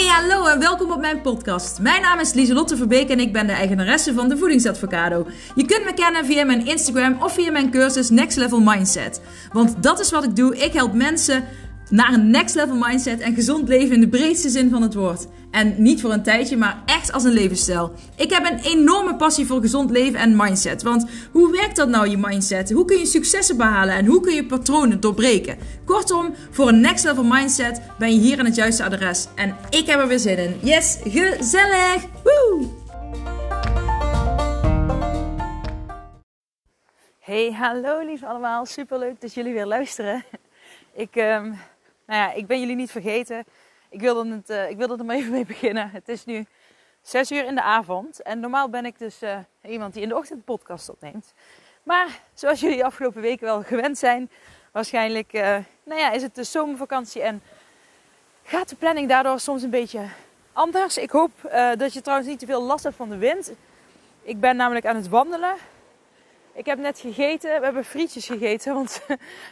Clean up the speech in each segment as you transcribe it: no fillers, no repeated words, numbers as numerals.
Hallo en welkom op mijn podcast. Mijn naam is Lieselotte Verbeek en ik ben de eigenaresse van de Voedingsadvocado. Je kunt me kennen via mijn Instagram of via mijn cursus Next Level Mindset. Want dat is wat ik doe. Ik help mensen naar een next level mindset en gezond leven in de breedste zin van het woord. En niet voor een tijdje, maar echt als een levensstijl. Ik heb een enorme passie voor gezond leven en mindset. Want hoe werkt dat nou, je mindset? Hoe kun je successen behalen en hoe kun je patronen doorbreken? Kortom, voor een next level mindset ben je hier aan het juiste adres. En ik heb er weer zin in. Yes, gezellig! Woe! Hey, hallo lieve allemaal. Superleuk dat jullie weer luisteren. Ik ben jullie niet vergeten. Ik wilde er maar even mee beginnen. Het is nu 6 uur in de avond. En normaal ben ik dus iemand die in de ochtend een podcast opneemt. Maar zoals jullie de afgelopen weken wel gewend zijn, waarschijnlijk is het de zomervakantie. En gaat de planning daardoor soms een beetje anders. Ik hoop dat je trouwens niet te veel last hebt van de wind. Ik ben namelijk aan het wandelen. Ik heb net gegeten. We hebben frietjes gegeten. Want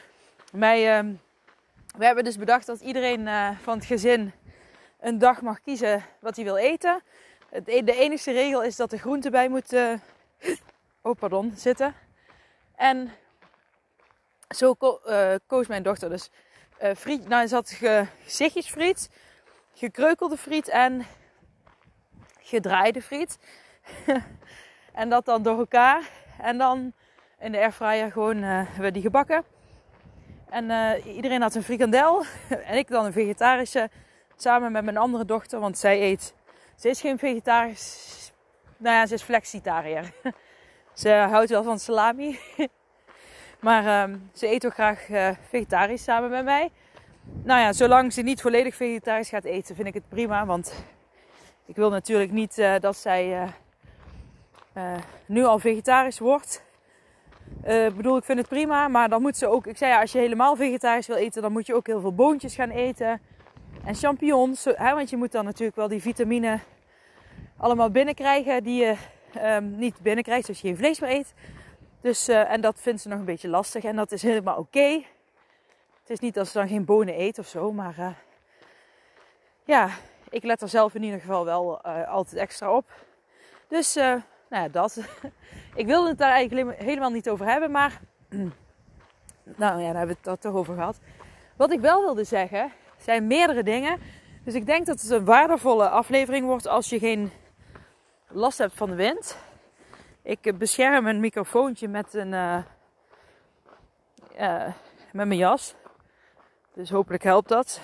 we hebben dus bedacht dat iedereen van het gezin een dag mag kiezen wat hij wil eten. De enige regel is dat de groente bij moet zitten. En zo koos mijn dochter dus friet. Nou, ze had gezichtjesfriet, gekreukelde friet en gedraaide friet. En dat dan door elkaar. En dan in de airfryer gewoon hebben we die gebakken. En iedereen had een frikandel. En ik dan een vegetarische. Samen met mijn andere dochter. Want ze is geen vegetarisch. Nou ja, ze is flexitariër. Ze houdt wel van salami. Maar ze eet ook graag vegetarisch samen met mij. Nou ja, zolang ze niet volledig vegetarisch gaat eten, vind ik het prima. Want ik wil natuurlijk niet dat zij nu al vegetarisch wordt. Ik vind het prima, maar dan moet ze ook... Ik zei ja, als je helemaal vegetarisch wil eten, dan moet je ook heel veel boontjes gaan eten. En champignons, want je moet dan natuurlijk wel die vitamine allemaal binnenkrijgen die je niet binnenkrijgt als je geen vlees meer eet. Dus, en dat vindt ze nog een beetje lastig en dat is helemaal oké. Het is niet als ze dan geen bonen eet of zo, maar ik let er zelf in ieder geval wel altijd extra op. Dus... dat. Ik wilde het daar eigenlijk helemaal niet over hebben, maar daar hebben we het dat toch over gehad. Wat ik wel wilde zeggen, zijn meerdere dingen. Dus ik denk dat het een waardevolle aflevering wordt als je geen last hebt van de wind. Ik bescherm een microfoontje met mijn jas. Dus hopelijk helpt dat.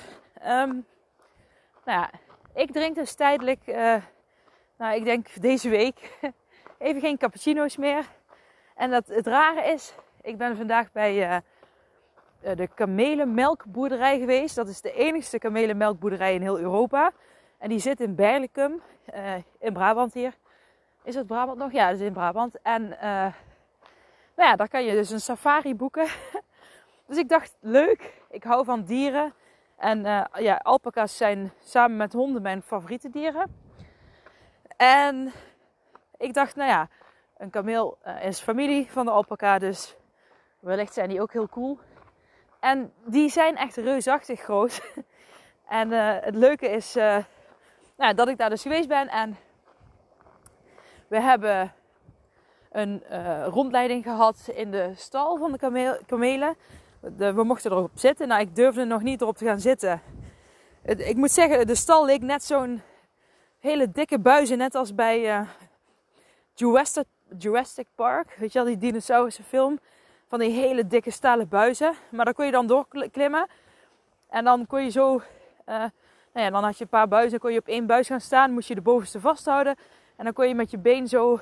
Ik drink dus tijdelijk, ik denk deze week... Even geen cappuccino's meer. En het rare is, ik ben vandaag bij de kamelenmelkboerderij geweest. Dat is de enigste kamelenmelkboerderij in heel Europa. En die zit in Berlicum, in Brabant hier. Is het Brabant nog? Ja, dat is in Brabant. En daar kan je dus een safari boeken. Dus ik dacht, leuk. Ik hou van dieren. En alpaca's zijn samen met honden mijn favoriete dieren. En... ik dacht, een kameel is familie van de alpaca, dus wellicht zijn die ook heel cool. En die zijn echt reusachtig groot. En het leuke is dat ik daar dus geweest ben. En we hebben een rondleiding gehad in de stal van de kamelen. We mochten erop zitten. Nou, ik durfde nog niet erop te gaan zitten. Ik moet zeggen, de stal leek net zo'n hele dikke buizen, net als bij... Jurassic Park, weet je wel, die dinosaurussen van die hele dikke stalen buizen. Maar daar kon je dan doorklimmen. En dan kon je zo, dan had je een paar buizen, kon je op één buis gaan staan, moest je de bovenste vasthouden. En dan kon je met je been zo,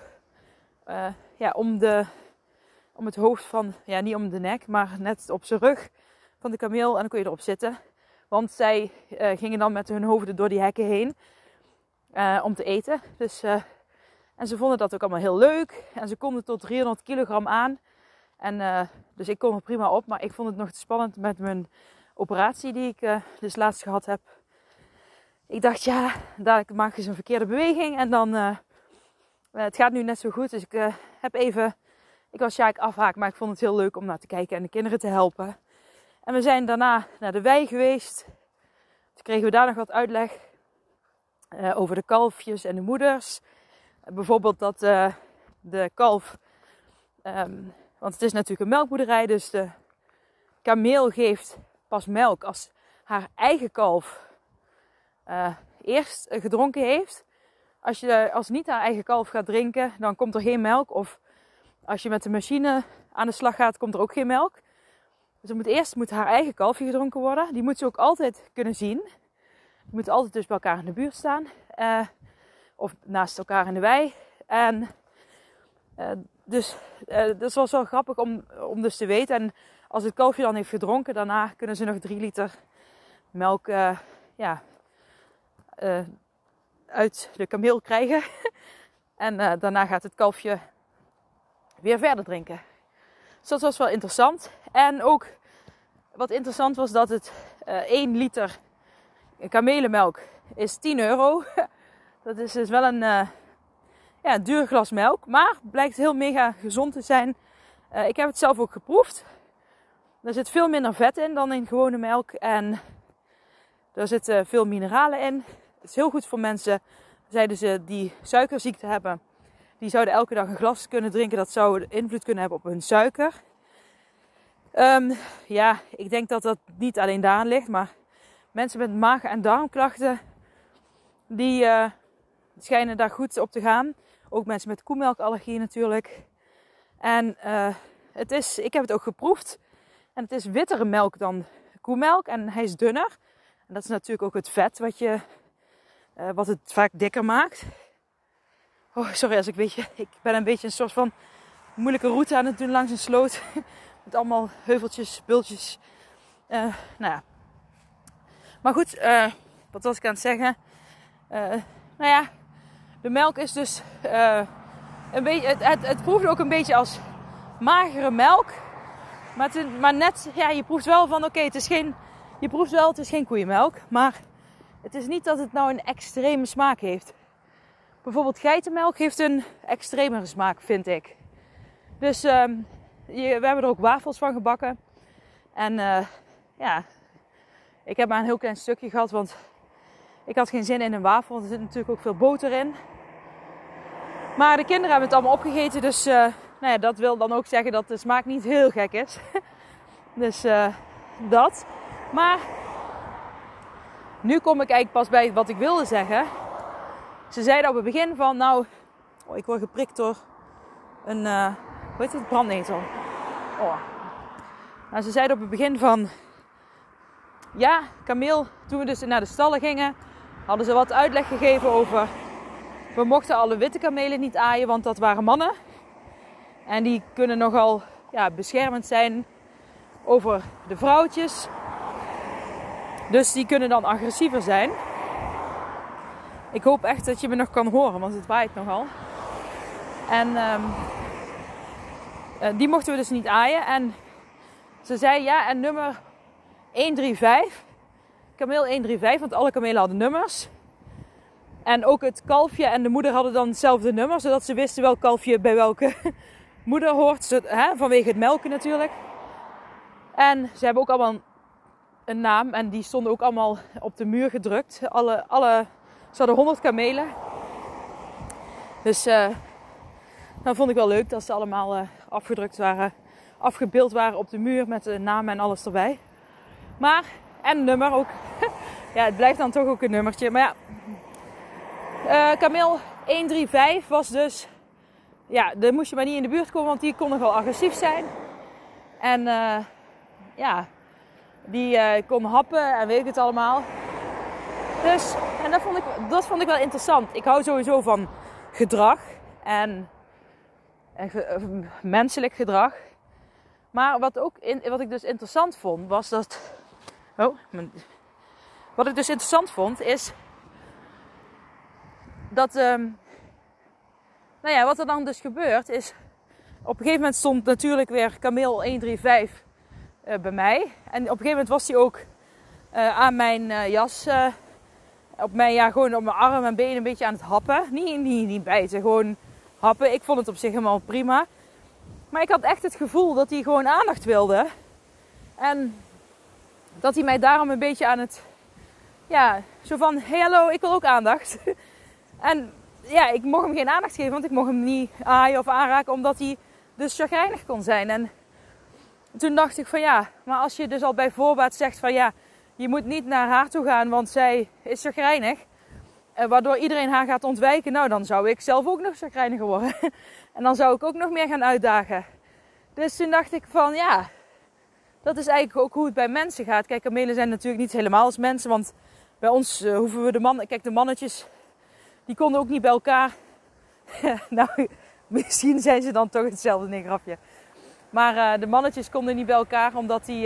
om het hoofd van, niet om de nek, maar net op zijn rug van de kameel. En dan kon je erop zitten. Want zij gingen dan met hun hoofden door die hekken heen om te eten. Dus... en ze vonden dat ook allemaal heel leuk. En ze konden tot 300 kilogram aan. En dus ik kon er prima op. Maar ik vond het nog te spannend met mijn operatie die ik dus laatst gehad heb. Ik dacht, dadelijk maak je zo'n verkeerde beweging. En dan, het gaat nu net zo goed. Dus ik was Sjaak afhaak. Maar ik vond het heel leuk om naar te kijken en de kinderen te helpen. En we zijn daarna naar de wei geweest. Toen kregen we daar nog wat uitleg. over de kalfjes en de moeders. Bijvoorbeeld dat de kalf, want het is natuurlijk een melkboerderij, dus de kameel geeft pas melk als haar eigen kalf eerst gedronken heeft. Als niet haar eigen kalf gaat drinken, dan komt er geen melk. Of als je met de machine aan de slag gaat, komt er ook geen melk. Dus eerst moet haar eigen kalfje gedronken worden. Die moet ze ook altijd kunnen zien. Die moeten altijd dus bij elkaar in de buurt staan. Of naast elkaar in de wei. En dus dat was wel grappig om dus te weten. En als het kalfje dan heeft gedronken, daarna kunnen ze nog 3 liter melk uit de kameel krijgen. En daarna gaat het kalfje weer verder drinken. Dus dat was wel interessant. En ook wat interessant was dat het 1 liter kamelenmelk is €10. Dat is dus wel een duur glas melk. Maar blijkt heel mega gezond te zijn. Ik heb het zelf ook geproefd. Er zit veel minder vet in dan in gewone melk. En er zitten veel mineralen in. Het is heel goed voor mensen, zeiden ze, die suikerziekte hebben. Die zouden elke dag een glas kunnen drinken. Dat zou invloed kunnen hebben op hun suiker. Ik denk dat dat niet alleen daaraan ligt. Maar mensen met maag- en darmklachten, die schijnen daar goed op te gaan. Ook mensen met koemelkallergie natuurlijk. En ik heb het ook geproefd. En het is wittere melk dan koemelk. En hij is dunner. En dat is natuurlijk ook het vet wat het vaak dikker maakt. Oh, sorry als ik ben een beetje een soort van moeilijke route aan het doen langs een sloot. Met allemaal heuveltjes, bultjes. Maar goed, wat was ik aan het zeggen? De melk is dus een beetje, het proeft ook een beetje als magere melk. Maar net, je proeft wel van het is geen koeienmelk. Maar het is niet dat het nou een extreme smaak heeft. Bijvoorbeeld geitenmelk heeft een extremere smaak, vind ik. Dus we hebben er ook wafels van gebakken. En ik heb maar een heel klein stukje gehad, want ik had geen zin in een wafel. Want er zit natuurlijk ook veel boter in. Maar de kinderen hebben het allemaal opgegeten. Dus dat wil dan ook zeggen dat de smaak niet heel gek is. Dus dat. Maar nu kom ik eigenlijk pas bij wat ik wilde zeggen. Ze zeiden op het begin van, ik word geprikt door een, brandnetel. Oh. Nou, ze zeiden op het begin van, kameel, toen we dus naar de stallen gingen, hadden ze wat uitleg gegeven over, we mochten alle witte kamelen niet aaien, want dat waren mannen. En die kunnen nogal beschermend zijn over de vrouwtjes. Dus die kunnen dan agressiever zijn. Ik hoop echt dat je me nog kan horen, want het waait nogal. En die mochten we dus niet aaien. En ze zei en nummer 135. Kameel 135, want alle kamelen hadden nummers. En ook het kalfje en de moeder hadden dan hetzelfde nummer. Zodat ze wisten welk kalfje bij welke moeder hoort. Vanwege het melken natuurlijk. En ze hebben ook allemaal een naam. En die stonden ook allemaal op de muur gedrukt. Ze hadden 100 kamelen. Dus dat vond ik wel leuk dat ze allemaal afgebeeld waren op de muur met de namen en alles erbij. Maar, en een nummer ook. Het blijft dan toch ook een nummertje. Maar kameel 135 was dus, daar moest je maar niet in de buurt komen, want die kon nogal agressief zijn. En die kon happen en weet ik het allemaal. Dus, en dat vond ik wel interessant. Ik hou sowieso van gedrag en menselijk gedrag. Maar wat ik dus interessant vond, was dat... Wat ik dus interessant vond, is dat... wat er dan dus gebeurt, is... Op een gegeven moment stond natuurlijk weer kameel 135 bij mij. En op een gegeven moment was hij ook aan mijn jas... gewoon op mijn arm en been een beetje aan het happen. Niet bijten, gewoon happen. Ik vond het op zich helemaal prima. Maar ik had echt het gevoel dat hij gewoon aandacht wilde. En dat hij mij daarom een beetje aan het ja, zo van, hey, hallo, ik wil ook aandacht. En ja, ik mocht hem geen aandacht geven, want ik mocht hem niet aaien of aanraken, omdat hij dus chagrijnig kon zijn. En toen dacht ik van ja, maar als je dus al bij voorbaat zegt van ja, je moet niet naar haar toe gaan, want zij is chagrijnig. Waardoor iedereen haar gaat ontwijken. Nou, dan zou ik zelf ook nog chagrijniger worden. En dan zou ik ook nog meer gaan uitdagen. Dus toen dacht ik van ja, dat is eigenlijk ook hoe het bij mensen gaat. Kijk, kamelen zijn natuurlijk niet helemaal als mensen. Want bij ons hoeven we de mannen... Kijk, de mannetjes, die konden ook niet bij elkaar. Nou, misschien zijn ze dan toch hetzelfde, nee, grapje. Maar de mannetjes konden niet bij elkaar, omdat die...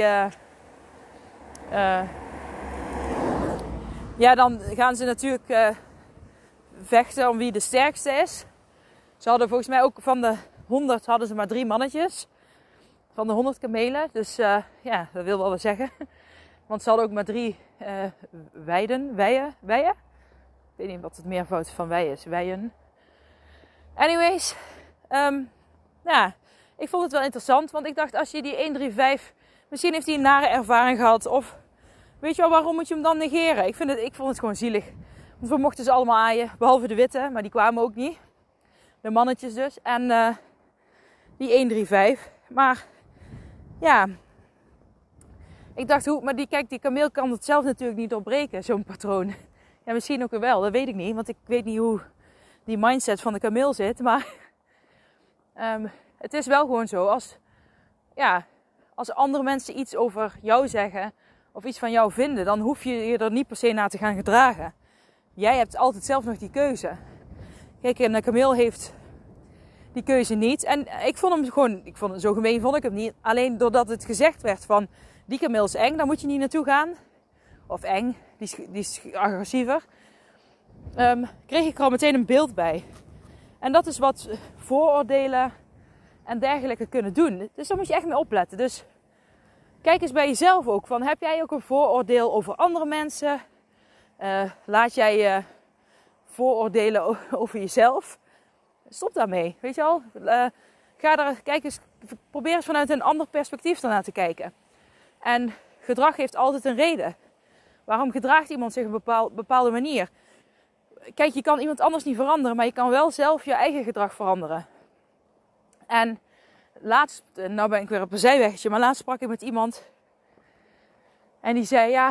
ja, dan gaan ze natuurlijk vechten om wie de sterkste is. Ze hadden volgens mij ook van de 100 hadden ze maar 3 mannetjes. Van de 100 kamelen. Dus ja, dat wil wel wat zeggen. Want ze hadden ook maar 3 weien. Ik weet niet wat het meervoud van wei is. Weien. Anyways. Ja, ik vond het wel interessant. Want ik dacht, als je die 135... Misschien heeft hij een nare ervaring gehad. Of weet je wel, waarom moet je hem dan negeren? Ik vond het gewoon zielig. Want we mochten ze allemaal aaien. Behalve de witte. Maar die kwamen ook niet. De mannetjes dus. En die 135. Maar ja, ik dacht, maar die kameel kan het zelf natuurlijk niet doorbreken, zo'n patroon. Ja, misschien ook wel, dat weet ik niet. Want ik weet niet hoe die mindset van de kameel zit. Maar het is wel gewoon zo. Als andere mensen iets over jou zeggen of iets van jou vinden, dan hoef je je er niet per se naar te gaan gedragen. Jij hebt altijd zelf nog die keuze. Kijk, een kameel heeft die keuze niet. En ik vond hem zo gemeen vond ik hem niet. Alleen doordat het gezegd werd van, die kameel is eng, daar moet je niet naartoe gaan. Of eng, die is agressiever. Kreeg ik er al meteen een beeld bij. En dat is wat vooroordelen en dergelijke kunnen doen. Dus daar moet je echt mee opletten. Dus kijk eens bij jezelf ook. Van, heb jij ook een vooroordeel over andere mensen? Laat jij je vooroordelen over jezelf? Stop daarmee, weet je wel. Probeer eens vanuit een ander perspectief ernaar te kijken. En gedrag heeft altijd een reden. Waarom gedraagt iemand zich op een bepaalde manier? Kijk, je kan iemand anders niet veranderen, maar je kan wel zelf je eigen gedrag veranderen. En laatst, nou ben ik weer op een zijweggetje, maar laatst sprak ik met iemand. En die zei, ja,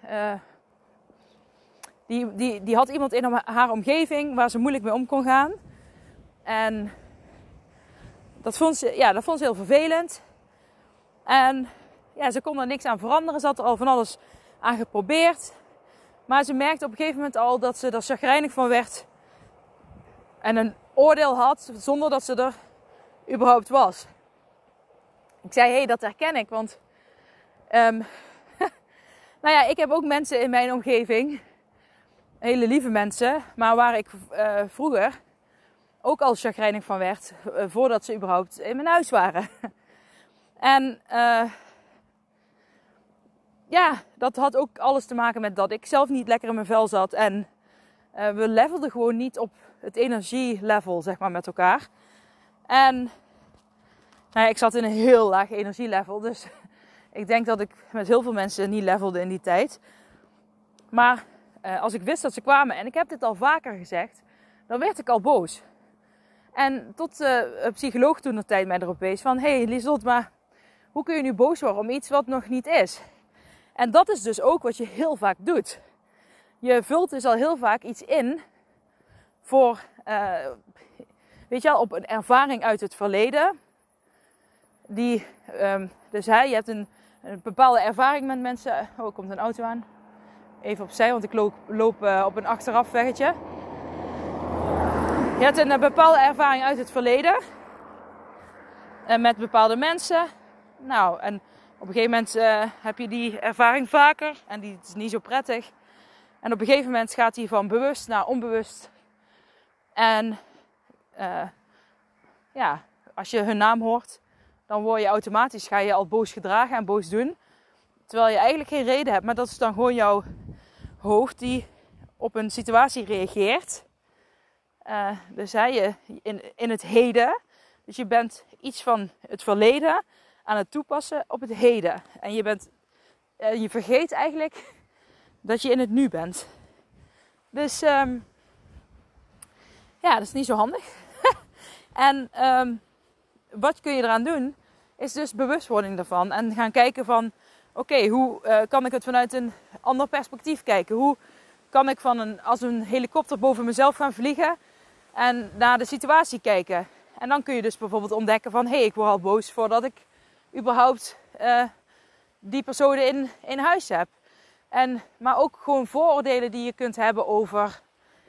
die had iemand in haar omgeving waar ze moeilijk mee om kon gaan. En dat vond ze heel vervelend. En ja, ze kon er niks aan veranderen. Ze had er al van alles aan geprobeerd. Maar ze merkte op een gegeven moment al dat ze er chagrijnig van werd. En een oordeel had zonder dat ze er überhaupt was. Ik zei, hey, dat herken ik. Want nou ja, ik heb ook mensen in mijn omgeving. Hele lieve mensen. Maar waar ik vroeger ook al chagrijnig van werd. Voordat ze überhaupt in mijn huis waren. En ja, dat had ook alles te maken met dat ik zelf niet lekker in mijn vel zat. En we levelden gewoon niet op het energielevel, zeg maar, met elkaar. En nou ja, ik zat in een heel laag energielevel. Dus ik denk dat ik met heel veel mensen niet levelde in die tijd. Maar als ik wist dat ze kwamen, en ik heb dit al vaker gezegd, dan werd ik al boos. En tot een psycholoog toen de tijd mij erop wees van, hey Lieselot, maar hoe kun je nu boos worden om iets wat nog niet is? En dat is dus ook wat je heel vaak doet. Je vult dus al heel vaak iets in voor, weet je wel, op een ervaring uit het verleden. Dus je hebt een bepaalde ervaring met mensen. Oh, er komt een auto aan. Even opzij, want ik loop op een achterafweggetje. Je hebt een bepaalde ervaring uit het verleden. Met bepaalde mensen. Nou, en op een gegeven moment heb je die ervaring vaker. En die is niet zo prettig. En op een gegeven moment gaat die van bewust naar onbewust. En ja, als je hun naam hoort, dan word je automatisch, ga je al boos gedragen en boos doen. Terwijl je eigenlijk geen reden hebt. Maar dat is dan gewoon jouw hoofd die op een situatie reageert. Dus je in het heden. Dus je bent iets van het verleden aan het toepassen op het heden. En je vergeet eigenlijk Dat je in het nu bent. Dus dat is niet zo handig. En wat kun je eraan doen? Is dus bewustwording daarvan. En gaan kijken van... Oké, hoe kan ik het vanuit een ander perspectief kijken? Hoe kan ik als een helikopter boven mezelf gaan vliegen en naar de situatie kijken? En dan kun je dus bijvoorbeeld ontdekken van... ik word al boos voordat ik überhaupt die personen in huis heb. Maar ook gewoon vooroordelen die je kunt hebben over...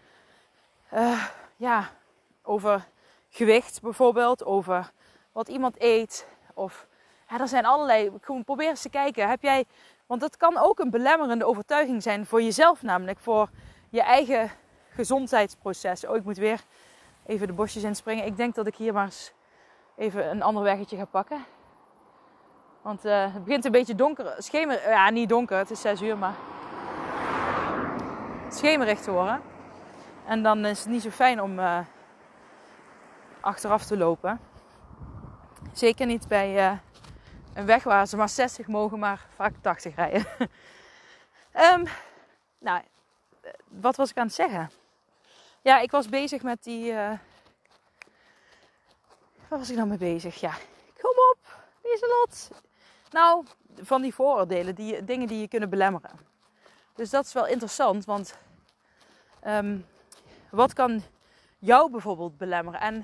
over gewicht bijvoorbeeld. Over wat iemand eet. Of er zijn allerlei... Gewoon probeer eens te kijken. Want dat kan ook een belemmerende overtuiging zijn voor jezelf namelijk. Voor je eigen gezondheidsproces. Ik moet weer even de bosjes inspringen. Ik denk dat ik hier maar eens even een ander weggetje ga pakken. Want het begint een beetje donker. Niet donker, het is 6 uur, maar... schemerig te worden. En dan is het niet zo fijn om achteraf te lopen. Zeker niet bij een weg waar ze maar 60 mogen, maar vaak 80 rijden. Wat was ik aan het zeggen? Ja, ik was bezig met die... Waar was ik nou mee bezig? Ja, kom op, Lieselot. Nou, van die vooroordelen, dingen die je kunnen belemmeren. Dus dat is wel interessant, want... wat kan jou bijvoorbeeld belemmeren? En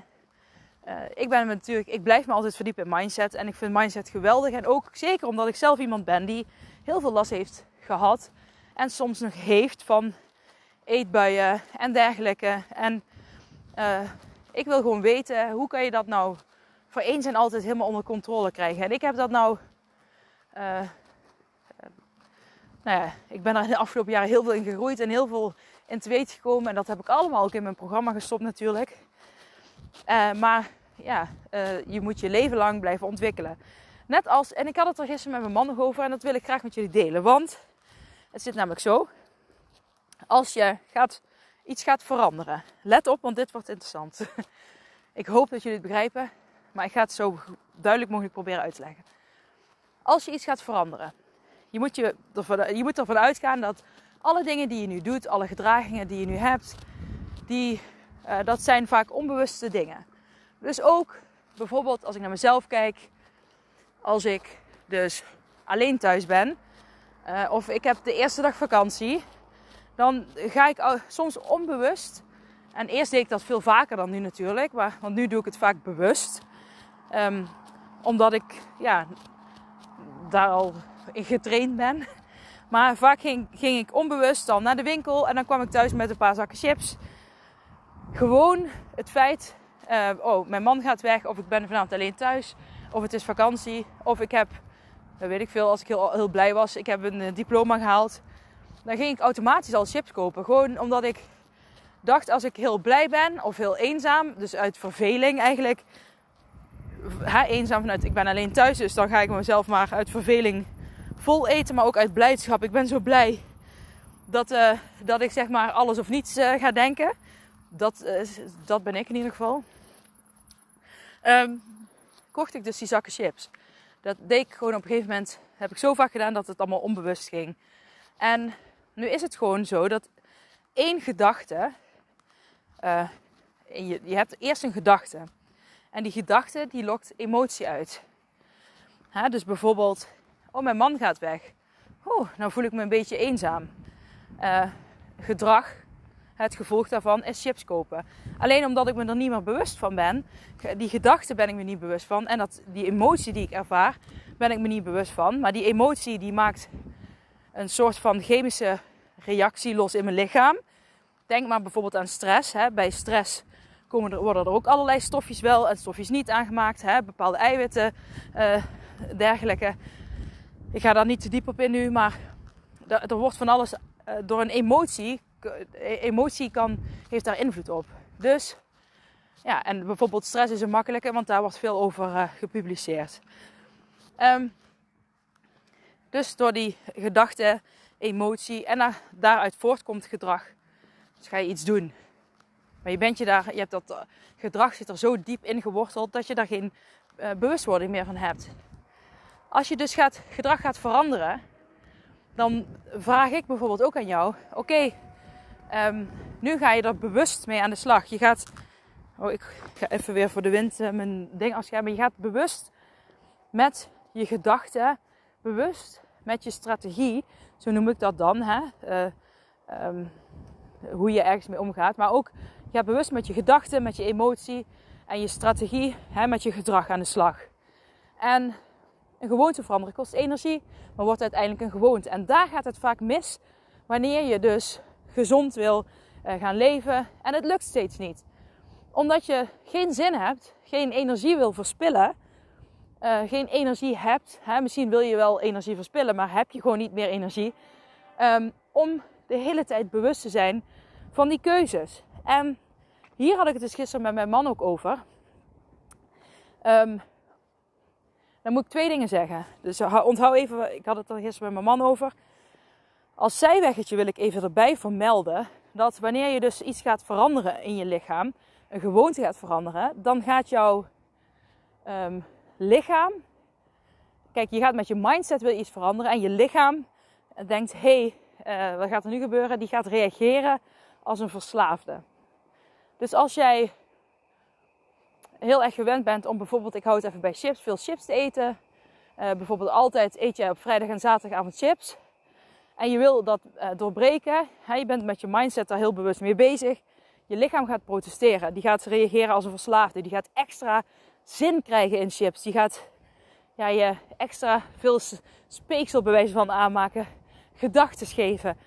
ik blijf me altijd verdiepen in mindset. En ik vind mindset geweldig. En ook zeker omdat ik zelf iemand ben die heel veel last heeft gehad. En soms nog heeft van eetbuien en dergelijke. En ik wil gewoon weten, hoe kan je dat nou voor eens en altijd helemaal onder controle krijgen? En ik heb dat nou... ik ben er de afgelopen jaren heel veel in gegroeid en heel veel in te weten gekomen. En dat heb ik allemaal ook in mijn programma gestopt natuurlijk. Je moet je leven lang blijven ontwikkelen. Net als, en ik had het er gisteren met mijn man nog over en dat wil ik graag met jullie delen. Want het zit namelijk zo. Als je iets gaat veranderen. Let op, want dit wordt interessant. Ik hoop dat jullie het begrijpen. Maar ik ga het zo duidelijk mogelijk proberen uit te leggen. Als je iets gaat veranderen. Je moet ervan uitgaan dat alle dingen die je nu doet, alle gedragingen die je nu hebt, dat zijn vaak onbewuste dingen. Dus ook bijvoorbeeld als ik naar mezelf kijk, als ik dus alleen thuis ben, of ik heb de eerste dag vakantie, dan ga ik soms onbewust, en eerst deed ik dat veel vaker dan nu natuurlijk, want nu doe ik het vaak bewust, omdat ik daar al in getraind ben. Maar vaak ging ik onbewust dan naar de winkel en dan kwam ik thuis met een paar zakken chips. Gewoon het feit, mijn man gaat weg of ik ben vanavond alleen thuis. Of het is vakantie. Of ik heb, weet ik veel, als ik heel blij was, ik heb een diploma gehaald. Dan ging ik automatisch al chips kopen. Gewoon omdat ik dacht, als ik heel blij ben of heel eenzaam, dus uit verveling eigenlijk. Eenzaam vanuit, ik ben alleen thuis, dus dan ga ik mezelf maar uit verveling vol eten, maar ook uit blijdschap. Ik ben zo blij dat ik zeg maar alles of niets ga denken. Dat ben ik in ieder geval. Kocht ik dus die zakken chips. Dat deed ik gewoon op een gegeven moment. Heb ik zo vaak gedaan dat het allemaal onbewust ging. En nu is het gewoon zo dat één gedachte... je hebt eerst een gedachte. En die gedachte die lokt emotie uit. Dus bijvoorbeeld... mijn man gaat weg. Nou voel ik me een beetje eenzaam. Gedrag, het gevolg daarvan is chips kopen. Alleen omdat ik me er niet meer bewust van ben. Die gedachte ben ik me niet bewust van. En die emotie die ik ervaar, ben ik me niet bewust van. Maar die emotie die maakt een soort van chemische reactie los in mijn lichaam. Denk maar bijvoorbeeld aan stress. Bij stress worden er ook allerlei stofjes wel en stofjes niet aangemaakt. Bepaalde eiwitten, dergelijke. Ik ga daar niet te diep op in nu, maar er wordt van alles door een emotie. Emotie heeft daar invloed op. Dus, en bijvoorbeeld stress is een makkelijke, want daar wordt veel over gepubliceerd. Dus door die gedachte, emotie en daaruit voortkomt gedrag. Dus ga je iets doen. Maar je hebt dat gedrag zit er zo diep in geworteld dat je daar geen bewustwording meer van hebt. Als je dus gedrag gaat veranderen, dan vraag ik bijvoorbeeld ook aan jou. Oké, nu ga je er bewust mee aan de slag. Je gaat... Oh, ik ga even weer voor de wind mijn ding afschermen. Je gaat bewust met je gedachten, bewust met je strategie, zo noem ik dat dan, hè? Hoe je ergens mee omgaat. Maar ook, je gaat bewust met je gedachten, met je emotie en je strategie, hè, met je gedrag aan de slag. En een gewoonte veranderen kost energie, maar wordt uiteindelijk een gewoonte. En daar gaat het vaak mis wanneer je dus gezond wil gaan leven en het lukt steeds niet. Omdat je geen zin hebt, geen energie wil verspillen, geen energie hebt. Hè? Misschien wil je wel energie verspillen, maar heb je gewoon niet meer energie. Om de hele tijd bewust te zijn van die keuzes. En hier had ik het dus gisteren met mijn man ook over. Dan moet ik 2 dingen zeggen. Dus onthoud even, ik had het er gisteren met mijn man over. Als zijweggetje wil ik even erbij vermelden dat wanneer je dus iets gaat veranderen in je lichaam, een gewoonte gaat veranderen, dan gaat jouw lichaam... Kijk, je gaat met je mindset wil je iets veranderen en je lichaam denkt, wat gaat er nu gebeuren? Die gaat reageren als een verslaafde. Dus als jij heel erg gewend bent om bijvoorbeeld, ik hou het even bij chips, veel chips te eten. Bijvoorbeeld altijd eet jij op vrijdag en zaterdagavond chips. En je wil dat doorbreken. Je bent met je mindset daar heel bewust mee bezig. Je lichaam gaat protesteren. Die gaat reageren als een verslaafde. Die gaat extra zin krijgen in chips. Die gaat je extra veel speeksel bij wijze van aanmaken. Gedachten geven.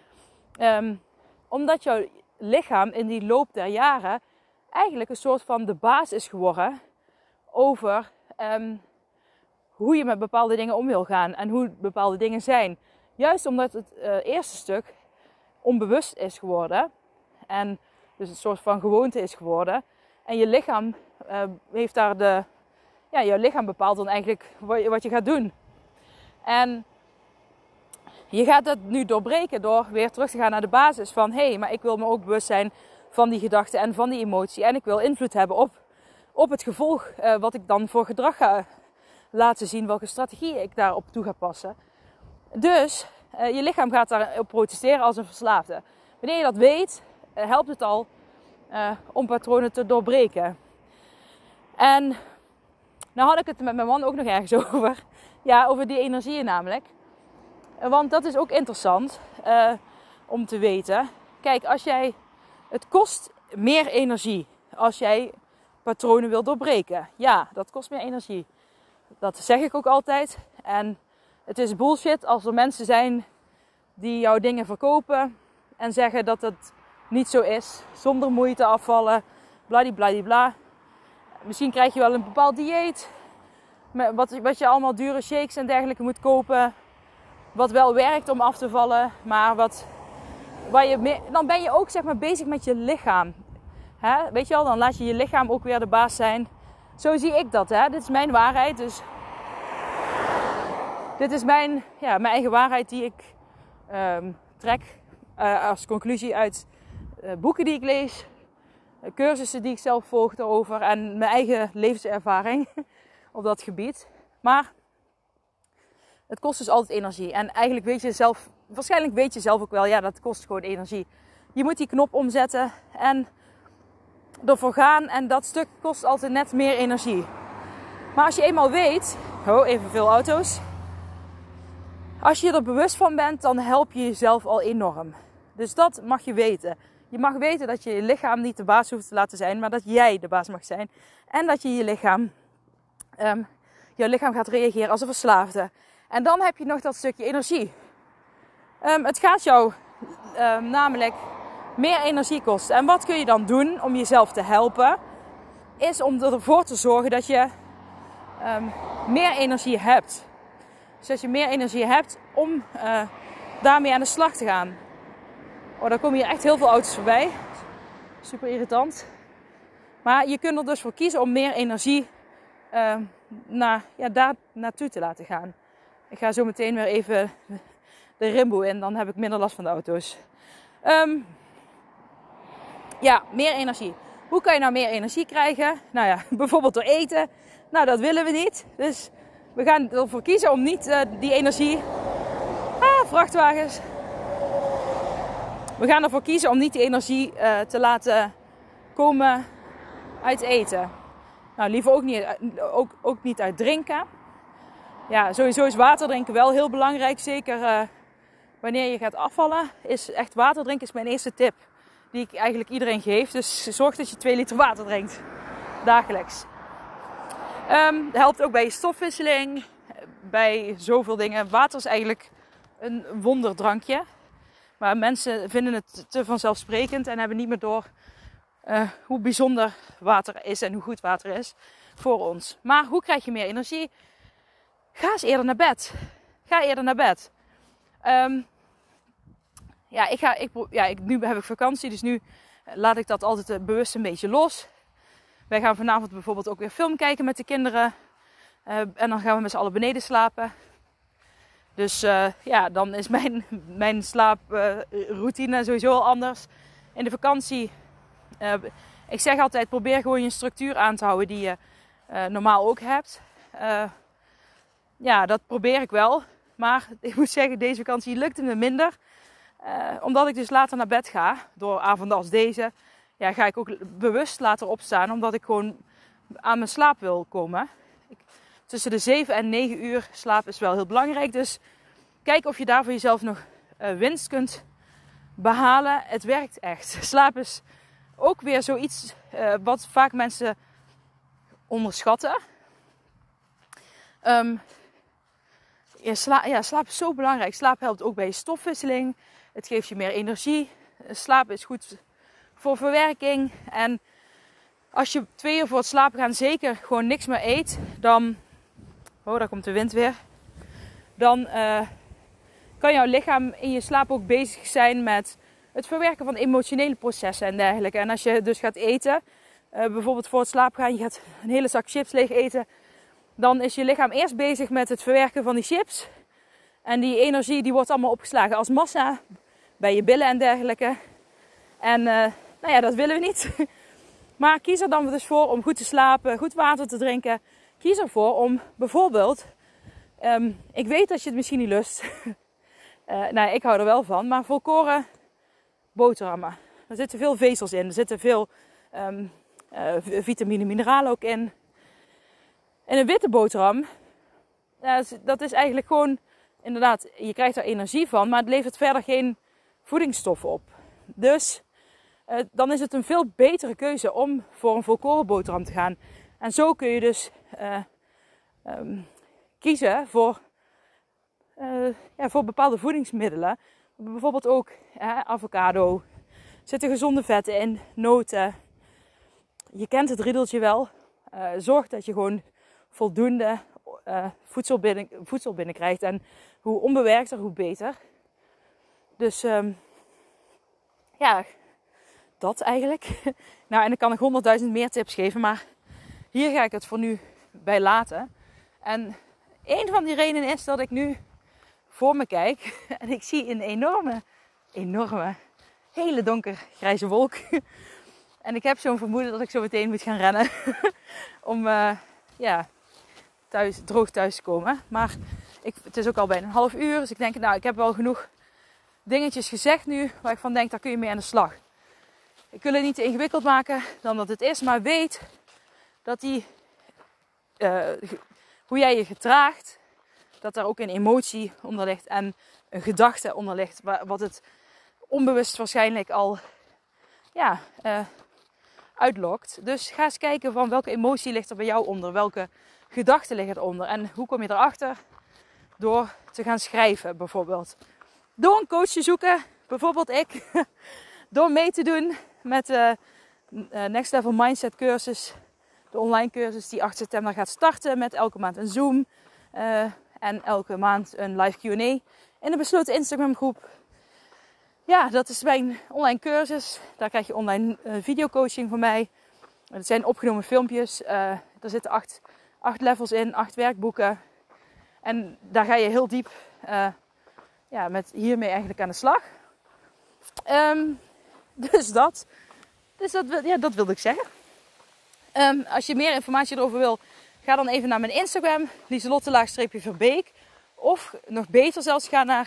Omdat jouw lichaam in die loop der jaren eigenlijk een soort van de baas is geworden over hoe je met bepaalde dingen om wil gaan en hoe bepaalde dingen zijn. Juist omdat het eerste stuk onbewust is geworden en dus een soort van gewoonte is geworden. En je lichaam heeft daar jouw lichaam bepaalt dan eigenlijk wat je gaat doen. En je gaat dat nu doorbreken door weer terug te gaan naar de basis van maar ik wil me ook bewust zijn van die gedachten en van die emotie. En ik wil invloed hebben op het gevolg wat ik dan voor gedrag ga laten zien, welke strategie ik daarop toe ga passen. Dus je lichaam gaat daarop protesteren als een verslaafde. Wanneer je dat weet, helpt het al om patronen te doorbreken. En nou had ik het met mijn man ook nog ergens over. Ja, over die energieën namelijk. Want dat is ook interessant om te weten. Kijk, het kost meer energie als jij patronen wil doorbreken. Ja, dat kost meer energie. Dat zeg ik ook altijd. En het is bullshit als er mensen zijn die jouw dingen verkopen en zeggen dat het niet zo is. Zonder moeite afvallen, bladibladibla. Misschien krijg je wel een bepaald dieet. Wat je allemaal dure shakes en dergelijke moet kopen. Wat wel werkt om af te vallen. Maar dan ben je ook zeg maar bezig met je lichaam. Hè? Weet je wel, dan laat je je lichaam ook weer de baas zijn. Zo zie ik dat. Hè? Dit is mijn waarheid. Dus dit is mijn eigen waarheid die ik trek als conclusie uit boeken die ik lees. Cursussen die ik zelf volg daarover. En mijn eigen levenservaring op dat gebied. Maar het kost dus altijd energie. En eigenlijk waarschijnlijk weet je zelf ook wel, ja, dat kost gewoon energie. Je moet die knop omzetten en ervoor gaan. En dat stuk kost altijd net meer energie. Maar als je eenmaal weet, even veel auto's. Als je er bewust van bent, dan help je jezelf al enorm. Dus dat mag je weten. Je mag weten dat je lichaam niet de baas hoeft te laten zijn, maar dat jij de baas mag zijn. En dat je jouw lichaam gaat reageren als een verslaafde. En dan heb je nog dat stukje energie. Het gaat jou namelijk meer energie kosten. En wat kun je dan doen om jezelf te helpen? Is om ervoor te zorgen dat je meer energie hebt. Dus dat je meer energie hebt om daarmee aan de slag te gaan. Oh, daar komen hier echt heel veel auto's voorbij. Super irritant. Maar je kunt er dus voor kiezen om meer energie daar naartoe te laten gaan. Ik ga zo meteen weer even de rimboe in. Dan heb ik minder last van de auto's. Meer energie. Hoe kan je nou meer energie krijgen? Nou ja, bijvoorbeeld door eten. Nou, dat willen we niet. Dus we gaan ervoor kiezen om niet die energie vrachtwagens. We gaan ervoor kiezen om niet die energie te laten komen uit eten. Nou, liever ook niet uit drinken. Ja, sowieso is water drinken wel heel belangrijk. Zeker wanneer je gaat afvallen. Is echt water drinken is mijn eerste tip. Die ik eigenlijk iedereen geef. Dus zorg dat je 2 liter water drinkt. Dagelijks. Dat helpt ook bij je stofwisseling. Bij zoveel dingen. Water is eigenlijk een wonderdrankje. Maar mensen vinden het te vanzelfsprekend. En hebben niet meer door hoe bijzonder water is. En hoe goed water is voor ons. Maar hoe krijg je meer energie? Ga eens eerder naar bed. Ga eerder naar bed. Nu heb ik vakantie. Dus nu laat ik dat altijd bewust een beetje los. Wij gaan vanavond bijvoorbeeld ook weer film kijken met de kinderen. En dan gaan we met z'n allen beneden slapen. Dus dan is mijn slaaproutine sowieso al anders. In de vakantie, ik zeg altijd, probeer gewoon je structuur aan te houden die je normaal ook hebt. Dat probeer ik wel. Maar ik moet zeggen, deze vakantie lukte me minder. Omdat ik dus later naar bed ga, door avonden als deze, ga ik ook bewust later opstaan. Omdat ik gewoon aan mijn slaap wil komen. Tussen de 7 en 9 uur slaap is wel heel belangrijk. Dus kijk of je daar voor jezelf nog winst kunt behalen. Het werkt echt. Slaap is ook weer zoiets wat vaak mensen onderschatten. Slaap is zo belangrijk. Slaap helpt ook bij je stofwisseling. Het geeft je meer energie. Slaap is goed voor verwerking. En als je 2 uur voor het slapen gaan zeker gewoon niks meer eet, dan... Oh, daar komt de wind weer. Dan kan jouw lichaam in je slaap ook bezig zijn met het verwerken van emotionele processen en dergelijke. En als je dus gaat eten, bijvoorbeeld voor het slapen gaan, je gaat een hele zak chips leeg eten, dan is je lichaam eerst bezig met het verwerken van die chips. En die energie die wordt allemaal opgeslagen als massa bij je billen en dergelijke. En dat willen we niet. Maar kies er dan dus voor om goed te slapen, goed water te drinken. Kies ervoor om bijvoorbeeld, ik weet dat je het misschien niet lust. Ik hou er wel van, maar volkoren boterhammen. Er zitten veel vezels in, er zitten veel vitamine, mineralen ook in. En een witte boterham, dat is eigenlijk gewoon, inderdaad, je krijgt er energie van, maar het levert verder geen voedingsstoffen op. Dus dan is het een veel betere keuze om voor een volkoren boterham te gaan. En zo kun je dus kiezen voor bepaalde voedingsmiddelen. Bijvoorbeeld ook avocado. Er zitten gezonde vetten in, noten. Je kent het riedeltje wel. Zorg dat je gewoon voldoende voedsel binnenkrijgt. En hoe onbewerkter, hoe beter. Dus dat eigenlijk. Nou, en ik kan nog 100.000 meer tips geven, maar hier ga ik het voor nu bij laten. En een van die redenen is dat ik nu voor me kijk en ik zie een enorme, hele donkergrijze wolk. En ik heb zo'n vermoeden dat ik zo meteen moet gaan rennen om droog thuis te komen. Maar het is ook al bijna een half uur, dus ik denk, ik heb wel genoeg dingetjes gezegd nu waar ik van denk, daar kun je mee aan de slag. Ik wil het niet te ingewikkeld maken dan dat het is, maar weet dat hoe jij je gedraagt, dat daar ook een emotie onder ligt en een gedachte onder ligt, wat het onbewust waarschijnlijk al uitlokt. Dus ga eens kijken van welke emotie ligt er bij jou onder, welke gedachten liggen eronder en hoe kom je erachter? Door te gaan schrijven bijvoorbeeld. Door een coach te zoeken, bijvoorbeeld ik. Door mee te doen met de Next Level Mindset cursus. De online cursus die 8 september gaat starten met elke maand een Zoom. En elke maand een live Q&A in een besloten Instagram groep. Ja, dat is mijn online cursus. Daar krijg je online videocoaching van mij. Het zijn opgenomen filmpjes. Er zitten 8 levels in, 8 werkboeken. En daar ga je heel diep met hiermee eigenlijk aan de slag. Dus dat wilde ik zeggen. Als je meer informatie erover wil, ga dan even naar mijn Instagram, Lieselotte_Verbeek. Of nog beter zelfs, ga naar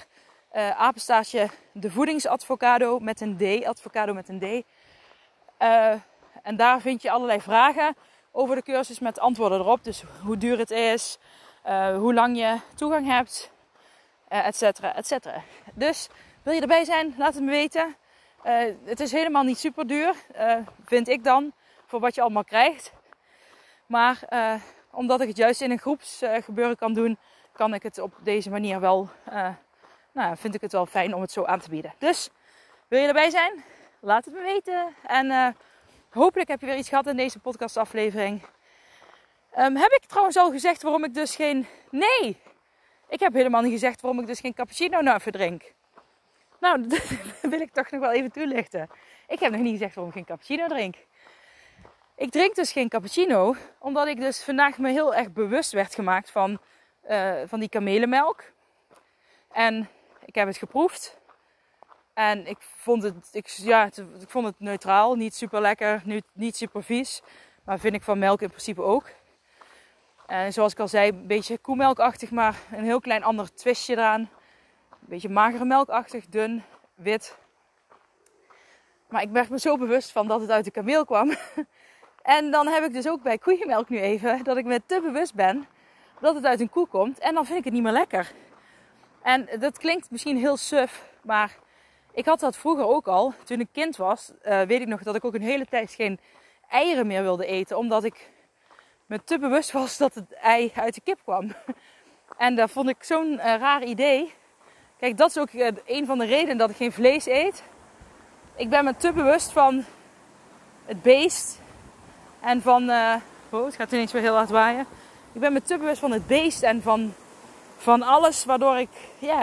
apenstaartje de voedingsadvocado met een D. Advocado met een D. En daar vind je allerlei vragen over de cursus met antwoorden erop. Dus hoe duur het is, hoe lang je toegang hebt, et cetera, et cetera. Dus wil je erbij zijn, laat het me weten. Het is helemaal niet super duur, vind ik dan, voor wat je allemaal krijgt. Maar omdat ik het juist in een groepsgebeuren kan doen, kan ik het op deze manier wel, vind ik het wel fijn om het zo aan te bieden. Dus wil je erbij zijn? Laat het me weten. En hopelijk heb je weer iets gehad in deze podcastaflevering. Heb ik trouwens al gezegd waarom ik dus geen... Nee! Ik heb helemaal niet gezegd waarom ik dus geen cappuccino nou even drink. Nou, dat wil ik toch nog wel even toelichten. Ik heb nog niet gezegd waarom ik geen cappuccino drink. Ik drink dus geen cappuccino, omdat ik dus vandaag me heel erg bewust werd gemaakt van die kamelenmelk. En ik heb het geproefd. En ik vond het neutraal, niet super lekker, niet super vies. Maar vind ik van melk in principe ook. En zoals ik al zei, een beetje koemelkachtig, maar een heel klein ander twistje eraan. Een beetje magere melkachtig, dun, wit. Maar ik werd me zo bewust van dat het uit de kameel kwam. En dan heb ik dus ook bij koeienmelk nu even dat ik me te bewust ben dat het uit een koe komt. En dan vind ik het niet meer lekker. En dat klinkt misschien heel suf, maar ik had dat vroeger ook al. Toen ik kind was, weet ik nog dat ik ook een hele tijd geen eieren meer wilde eten. Omdat ik me te bewust was dat het ei uit de kip kwam. En dat vond ik zo'n raar idee. Kijk, dat is ook een van de redenen dat ik geen vlees eet. Ik ben me te bewust van het beest. En van... het gaat ineens weer heel hard waaien. Ik ben me te bewust van het beest en van alles waardoor ik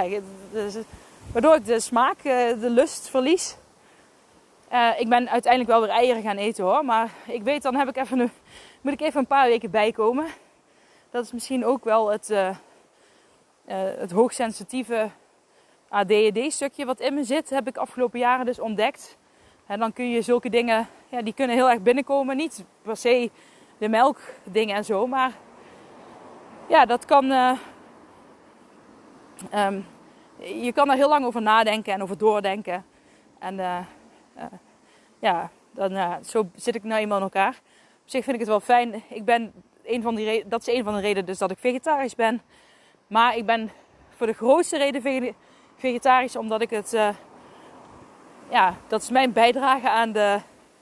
de smaak, de lust verlies. Ik ben uiteindelijk wel weer eieren gaan eten hoor. Maar ik weet, dan moet ik even een paar weken bijkomen. Dat is misschien ook wel het hoogsensitieve ADHD-stukje wat in me zit. Heb ik afgelopen jaren dus ontdekt. En dan kun je zulke dingen, die kunnen heel erg binnenkomen. Niet per se de melkdingen en zo. Maar ja, dat kan... je kan daar heel lang over nadenken en over doordenken. En zo zit ik nou eenmaal in elkaar. Op zich vind ik het wel fijn. Dat is een van de redenen dus dat ik vegetarisch ben. Maar ik ben voor de grootste reden vegetarisch. Omdat ik het... dat is mijn bijdrage aan de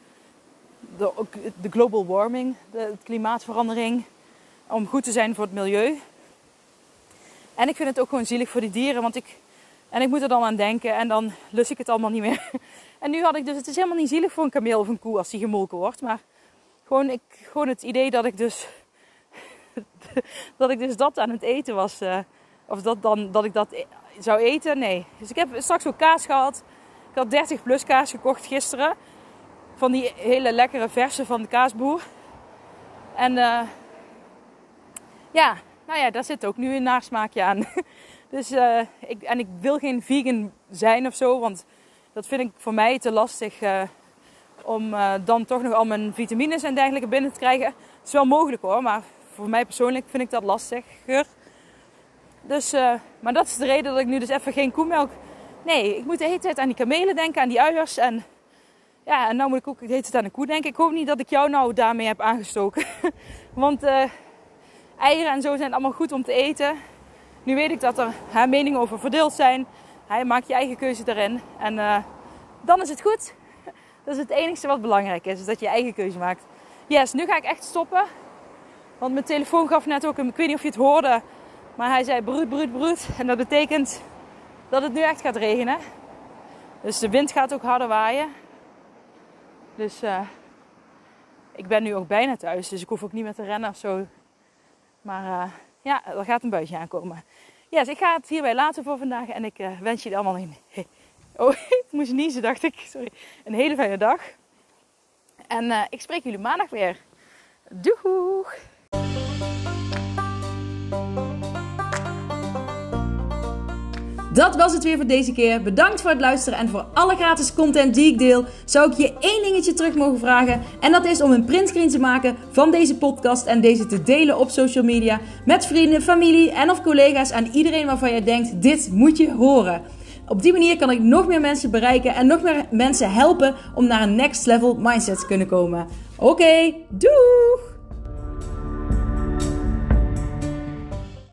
global warming. De klimaatverandering. Om goed te zijn voor het milieu. En ik vind het ook gewoon zielig voor die dieren. Want ik moet er dan aan denken. En dan lust ik het allemaal niet meer. En nu had ik dus... Het is helemaal niet zielig voor een kameel of een koe als die gemolken wordt. Maar gewoon het idee dat ik dus... dat ik dus dat aan het eten was. Dat ik dat zou eten. Nee. Dus ik heb straks ook kaas gehad. Ik had 30 plus kaas gekocht gisteren. Van die hele lekkere verse van de kaasboer. En daar zit ook nu een nasmaakje aan. Dus ik wil geen vegan zijn of zo. Want dat vind ik voor mij te lastig om dan toch nog al mijn vitamines en dergelijke binnen te krijgen. Het is wel mogelijk hoor, maar voor mij persoonlijk vind ik dat lastiger. Dus, maar dat is de reden dat ik nu dus even geen koemelk... Nee, ik moet de hele tijd aan die kamelen denken, aan die uiers. En nou moet ik ook de hele tijd aan de koe denken. Ik hoop niet dat ik jou nou daarmee heb aangestoken. Want eieren en zo zijn allemaal goed om te eten. Nu weet ik dat er meningen over verdeeld zijn. Maak je eigen keuze daarin. En dan is het goed. Dat is het enige wat belangrijk is. Dat je je eigen keuze maakt. Yes, nu ga ik echt stoppen. Want mijn telefoon gaf net ook... Ik weet niet of je het hoorde. Maar hij zei broed, broed, broed. En dat betekent dat het nu echt gaat regenen. Dus de wind gaat ook harder waaien. Dus ik ben nu ook bijna thuis. Dus ik hoef ook niet meer te rennen of zo. Maar er gaat een buitje aankomen. Yes, ik ga het hierbij laten voor vandaag. En ik wens jullie allemaal ik moest niezen, dacht ik. Sorry. Een hele fijne dag. En ik spreek jullie maandag weer. Doeg! Dat was het weer voor deze keer. Bedankt voor het luisteren en voor alle gratis content die ik deel, zou ik je één dingetje terug mogen vragen. En dat is om een printscreen te maken van deze podcast en deze te delen op social media met vrienden, familie en of collega's en iedereen waarvan jij denkt, dit moet je horen. Op die manier kan ik nog meer mensen bereiken en nog meer mensen helpen om naar een next level mindset te kunnen komen. Oké, doeg!